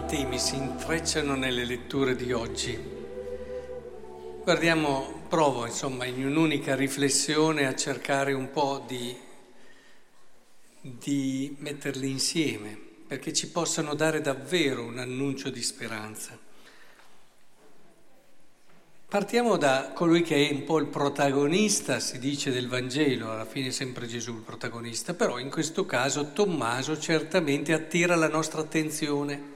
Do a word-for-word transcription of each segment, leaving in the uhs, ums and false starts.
temi si intrecciano nelle letture di oggi. Guardiamo, provo insomma in un'unica riflessione a cercare un po' di, di metterli insieme, perché ci possano dare davvero un annuncio di speranza. Partiamo da colui che è un po' il protagonista, si dice, del Vangelo, alla fine è sempre Gesù il protagonista, però in questo caso Tommaso certamente attira la nostra attenzione.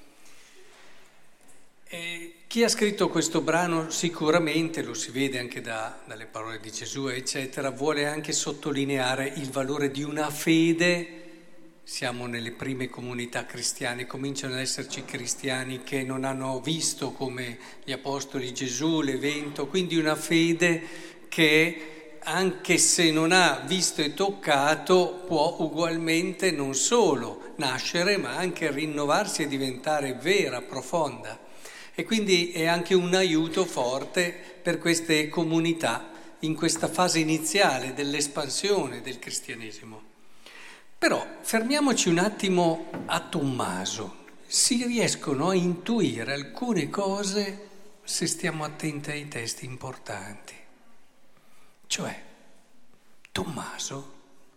E chi ha scritto questo brano sicuramente, lo si vede anche da, dalle parole di Gesù, eccetera, vuole anche sottolineare il valore di una fede. Siamo nelle prime comunità cristiane, cominciano ad esserci cristiani che non hanno visto come gli apostoli Gesù l'evento, quindi una fede che anche se non ha visto e toccato può ugualmente non solo nascere ma anche rinnovarsi e diventare vera, profonda. E quindi è anche un aiuto forte per queste comunità in questa fase iniziale dell'espansione del cristianesimo. Però fermiamoci un attimo a Tommaso. Si riescono a intuire alcune cose se stiamo attenti ai testi importanti. Cioè, Tommaso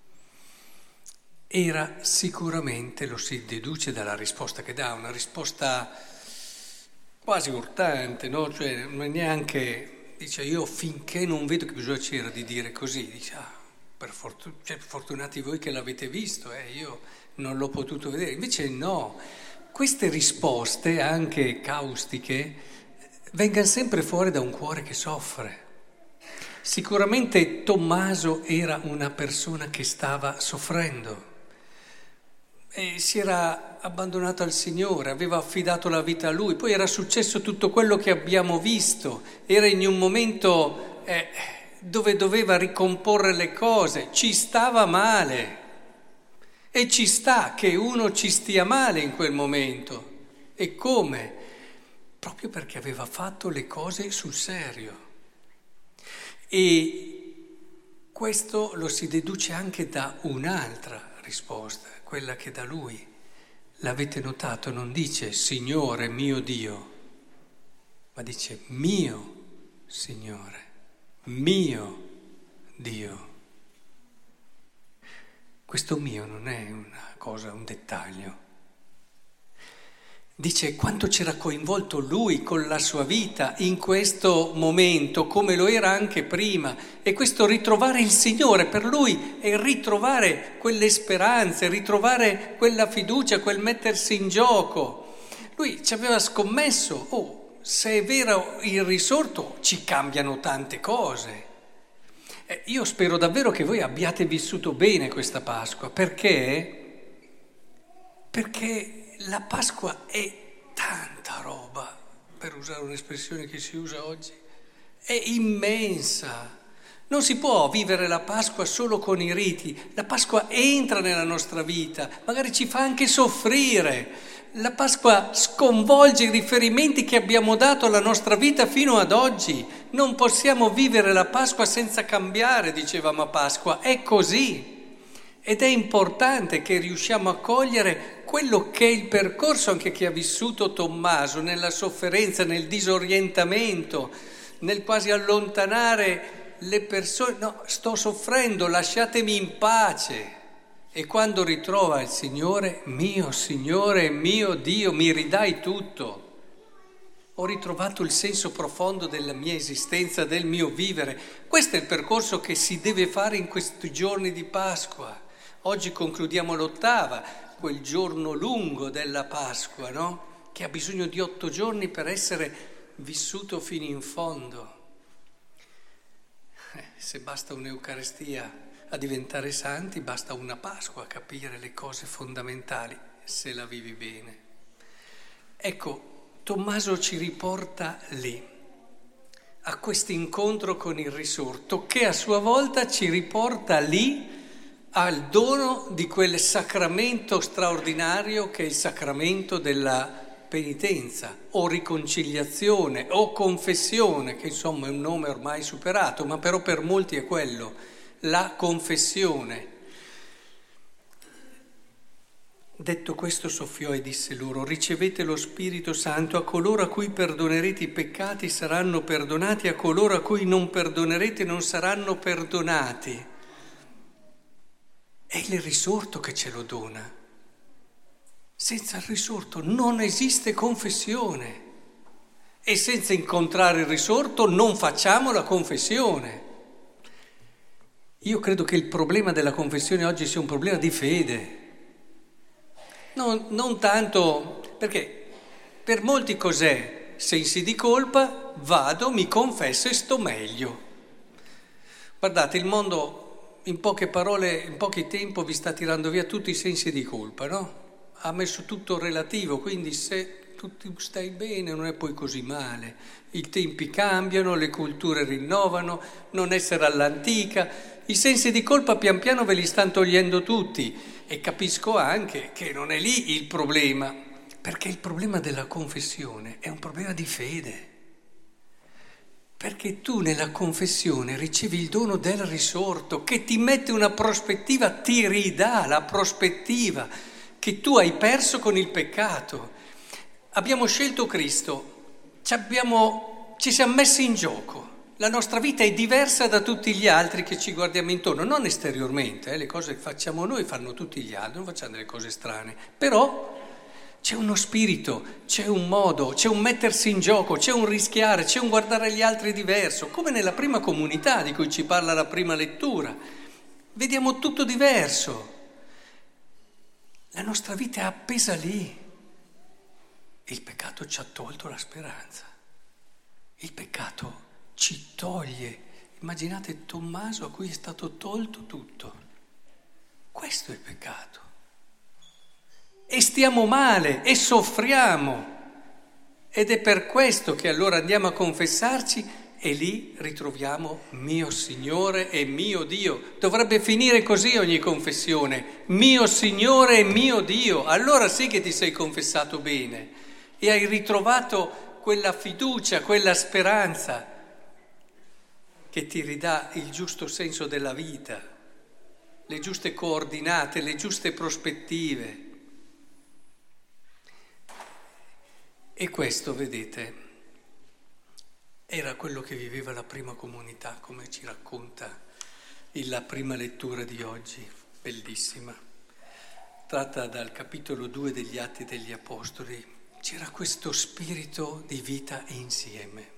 era sicuramente, lo si deduce dalla risposta che dà, una risposta quasi urtante, no? Cioè, non è neanche, dice, io finché non vedo, che bisogno c'era di dire così, dice, ah, per fortuna, cioè, fortunati voi che l'avete visto, eh, io non l'ho potuto vedere. Invece no, queste risposte, anche caustiche, vengono sempre fuori da un cuore che soffre. Sicuramente Tommaso era una persona che stava soffrendo. E si era abbandonato al Signore, aveva affidato la vita a Lui, poi era successo tutto quello che abbiamo visto, era in un momento eh, dove doveva ricomporre le cose, ci stava male e ci sta che uno ci stia male in quel momento. E come? Proprio perché aveva fatto le cose sul serio. E questo lo si deduce anche da un'altra risposta, quella che da lui, l'avete notato, non dice Signore mio Dio, ma dice mio Signore, mio Dio. Questo mio non è una cosa, un dettaglio. Dice quanto c'era coinvolto lui con la sua vita in questo momento, come lo era anche prima. E questo ritrovare il Signore per lui è ritrovare quelle speranze, ritrovare quella fiducia, quel mettersi in gioco. Lui ci aveva scommesso, oh, se è vero il risorto ci cambiano tante cose. Eh, io spero davvero che voi abbiate vissuto bene questa Pasqua, perché? Perché la Pasqua è tanta roba, per usare un'espressione che si usa oggi, è immensa. Non si può vivere la Pasqua solo con i riti, la Pasqua entra nella nostra vita, magari ci fa anche soffrire. La Pasqua sconvolge i riferimenti che abbiamo dato alla nostra vita fino ad oggi. Non possiamo vivere la Pasqua senza cambiare, dicevamo a Pasqua, è così. Ed è importante che riusciamo a cogliere quello che è il percorso anche che ha vissuto Tommaso, nella sofferenza, nel disorientamento, nel quasi allontanare le persone. No, sto soffrendo, lasciatemi in pace. E quando ritrova il Signore, mio Signore, mio Dio, mi ridai tutto. Ho ritrovato il senso profondo della mia esistenza, del mio vivere. Questo è il percorso che si deve fare in questi giorni di Pasqua. Oggi concludiamo l'ottava, quel giorno lungo della Pasqua, no? Che ha bisogno di otto giorni per essere vissuto fino in fondo. Eh, se basta un'Eucaristia a diventare santi, basta una Pasqua a capire le cose fondamentali, se la vivi bene. Ecco, Tommaso ci riporta lì, a questo incontro con il risorto, che a sua volta ci riporta lì al dono di quel sacramento straordinario che è il sacramento della penitenza o riconciliazione o confessione, che insomma è un nome ormai superato, ma però per molti è quello, la confessione. Detto questo soffiò e disse loro: ricevete lo Spirito Santo, a coloro a cui perdonerete i peccati saranno perdonati, a coloro a cui non perdonerete non saranno perdonati. È il risorto che ce lo dona. Senza il risorto non esiste confessione e senza incontrare il risorto non facciamo la confessione. Io credo che il problema della confessione oggi sia un problema di fede. Non, non tanto, perché per molti cos'è? Sensi di colpa, vado, mi confesso e sto meglio. Guardate, il mondo in poche parole, in poco tempo vi sta tirando via tutti i sensi di colpa, no? Ha messo tutto relativo, quindi se tu stai bene non è poi così male. I tempi cambiano, le culture rinnovano, non essere all'antica. I sensi di colpa pian piano ve li stanno togliendo tutti. E capisco anche che non è lì il problema, perché il problema della confessione è un problema di fede. Perché tu nella confessione ricevi il dono del risorto che ti mette una prospettiva, ti ridà la prospettiva che tu hai perso con il peccato. Abbiamo scelto Cristo, ci, abbiamo, ci siamo messi in gioco. La nostra vita è diversa da tutti gli altri che ci guardiamo intorno, non esteriormente, eh, le cose che facciamo noi fanno tutti gli altri, non facciamo delle cose strane, però c'è uno spirito, c'è un modo, c'è un mettersi in gioco, c'è un rischiare, c'è un guardare gli altri diverso, come nella prima comunità di cui ci parla la prima lettura. Vediamo tutto diverso. La nostra vita è appesa lì. Il peccato ci ha tolto la speranza. Il peccato ci toglie. Immaginate Tommaso a cui è stato tolto tutto. Questo è il peccato. E stiamo male e soffriamo. Ed è per questo che allora andiamo a confessarci e lì ritroviamo mio Signore e mio Dio. Dovrebbe finire così ogni confessione. Mio Signore e mio Dio. Allora sì che ti sei confessato bene e hai ritrovato quella fiducia, quella speranza che ti ridà il giusto senso della vita, le giuste coordinate, le giuste prospettive. E questo, vedete, era quello che viveva la prima comunità, come ci racconta la prima lettura di oggi, bellissima, tratta dal capitolo due degli Atti degli Apostoli. C'era questo spirito di vita insieme,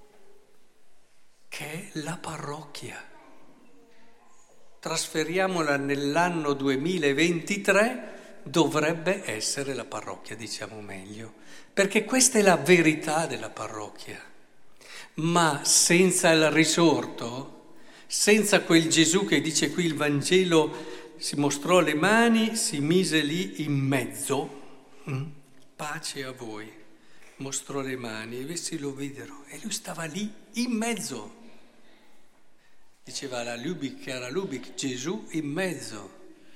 che è la parrocchia. Trasferiamola nell'anno duemilaventitré, dovrebbe essere la parrocchia, diciamo meglio, perché questa è la verità della parrocchia. Ma senza il risorto, senza quel Gesù che dice qui il Vangelo, si mostrò le mani, si mise lì in mezzo, pace a voi, mostrò le mani, e essi lo videro, e lui stava lì in mezzo. Diceva la Lubic, che era Lubic, Gesù in mezzo.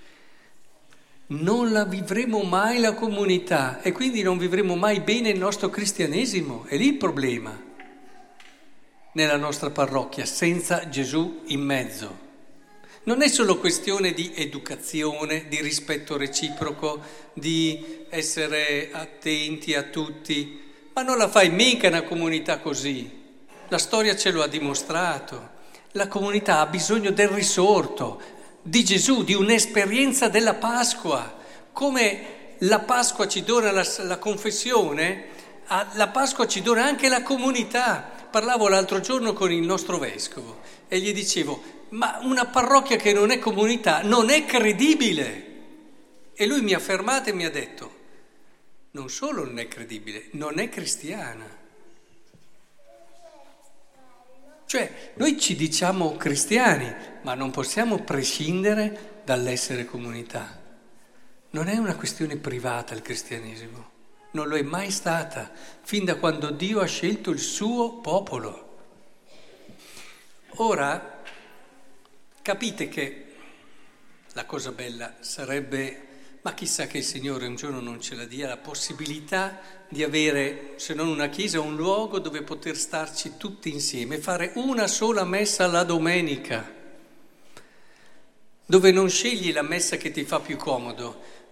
Non la vivremo mai la comunità e quindi non vivremo mai bene il nostro cristianesimo. È lì il problema, nella nostra parrocchia, senza Gesù in mezzo. Non è solo questione di educazione, di rispetto reciproco, di essere attenti a tutti, ma non la fai mica una comunità così. La storia ce lo ha dimostrato. La comunità ha bisogno del risorto, di Gesù, di un'esperienza della Pasqua. Come la Pasqua ci dona la, la confessione, la Pasqua ci dona anche la comunità. Parlavo l'altro giorno con il nostro vescovo e gli dicevo, ma una parrocchia che non è comunità non è credibile. E lui mi ha fermato e mi ha detto, non solo non è credibile, non è cristiana. Cioè, noi ci diciamo cristiani, ma non possiamo prescindere dall'essere comunità. Non è una questione privata il cristianesimo, non lo è mai stata, fin da quando Dio ha scelto il suo popolo. Ora, capite che la cosa bella sarebbe, ma chissà che il Signore un giorno non ce la dia, la possibilità di avere, se non una chiesa, un luogo dove poter starci tutti insieme, fare una sola messa la domenica, dove non scegli la messa che ti fa più comodo,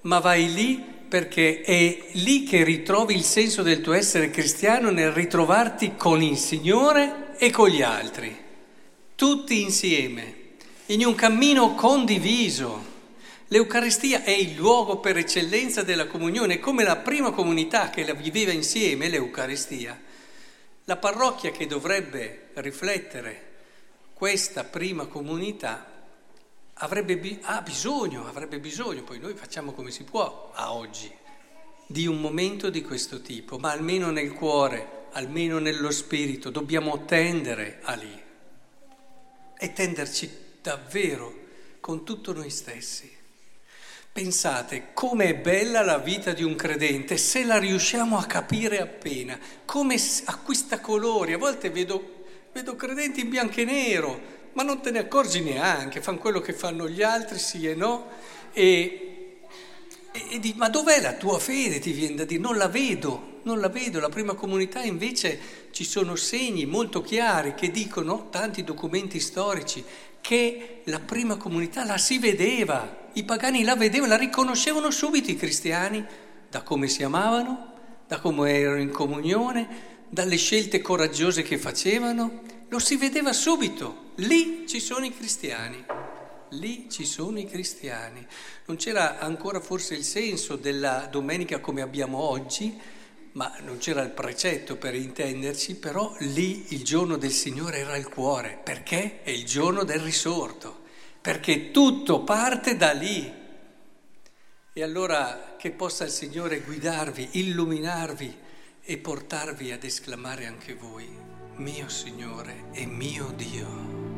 ma vai lì perché è lì che ritrovi il senso del tuo essere cristiano, nel ritrovarti con il Signore e con gli altri, tutti insieme, in un cammino condiviso. L'Eucaristia è il luogo per eccellenza della comunione, come la prima comunità che la viveva insieme, l'Eucaristia. La parrocchia che dovrebbe riflettere questa prima comunità avrebbe ha bisogno, avrebbe bisogno, poi noi facciamo come si può a oggi, di un momento di questo tipo, ma almeno nel cuore, almeno nello spirito, dobbiamo tendere a lì e tenderci davvero con tutto noi stessi. Pensate com'è bella la vita di un credente se la riusciamo a capire appena, come acquista colori. A volte vedo, vedo credenti in bianco e nero, ma non te ne accorgi neanche, fanno quello che fanno gli altri, sì e no, e, e, e di, ma dov'è la tua fede? Ti viene da dire, non la vedo, non la vedo. La prima comunità invece ci sono segni molto chiari che dicono, tanti documenti storici, che la prima comunità la si vedeva, i pagani la vedevano, la riconoscevano subito i cristiani, da come si amavano, da come erano in comunione, dalle scelte coraggiose che facevano, lo si vedeva subito, lì ci sono i cristiani, lì ci sono i cristiani. Non c'era ancora forse il senso della domenica come abbiamo oggi, ma non c'era il precetto per intenderci, però lì il giorno del Signore era il cuore, perché è il giorno del risorto, perché tutto parte da lì. E allora che possa il Signore guidarvi, illuminarvi e portarvi ad esclamare anche voi, mio Signore e mio Dio.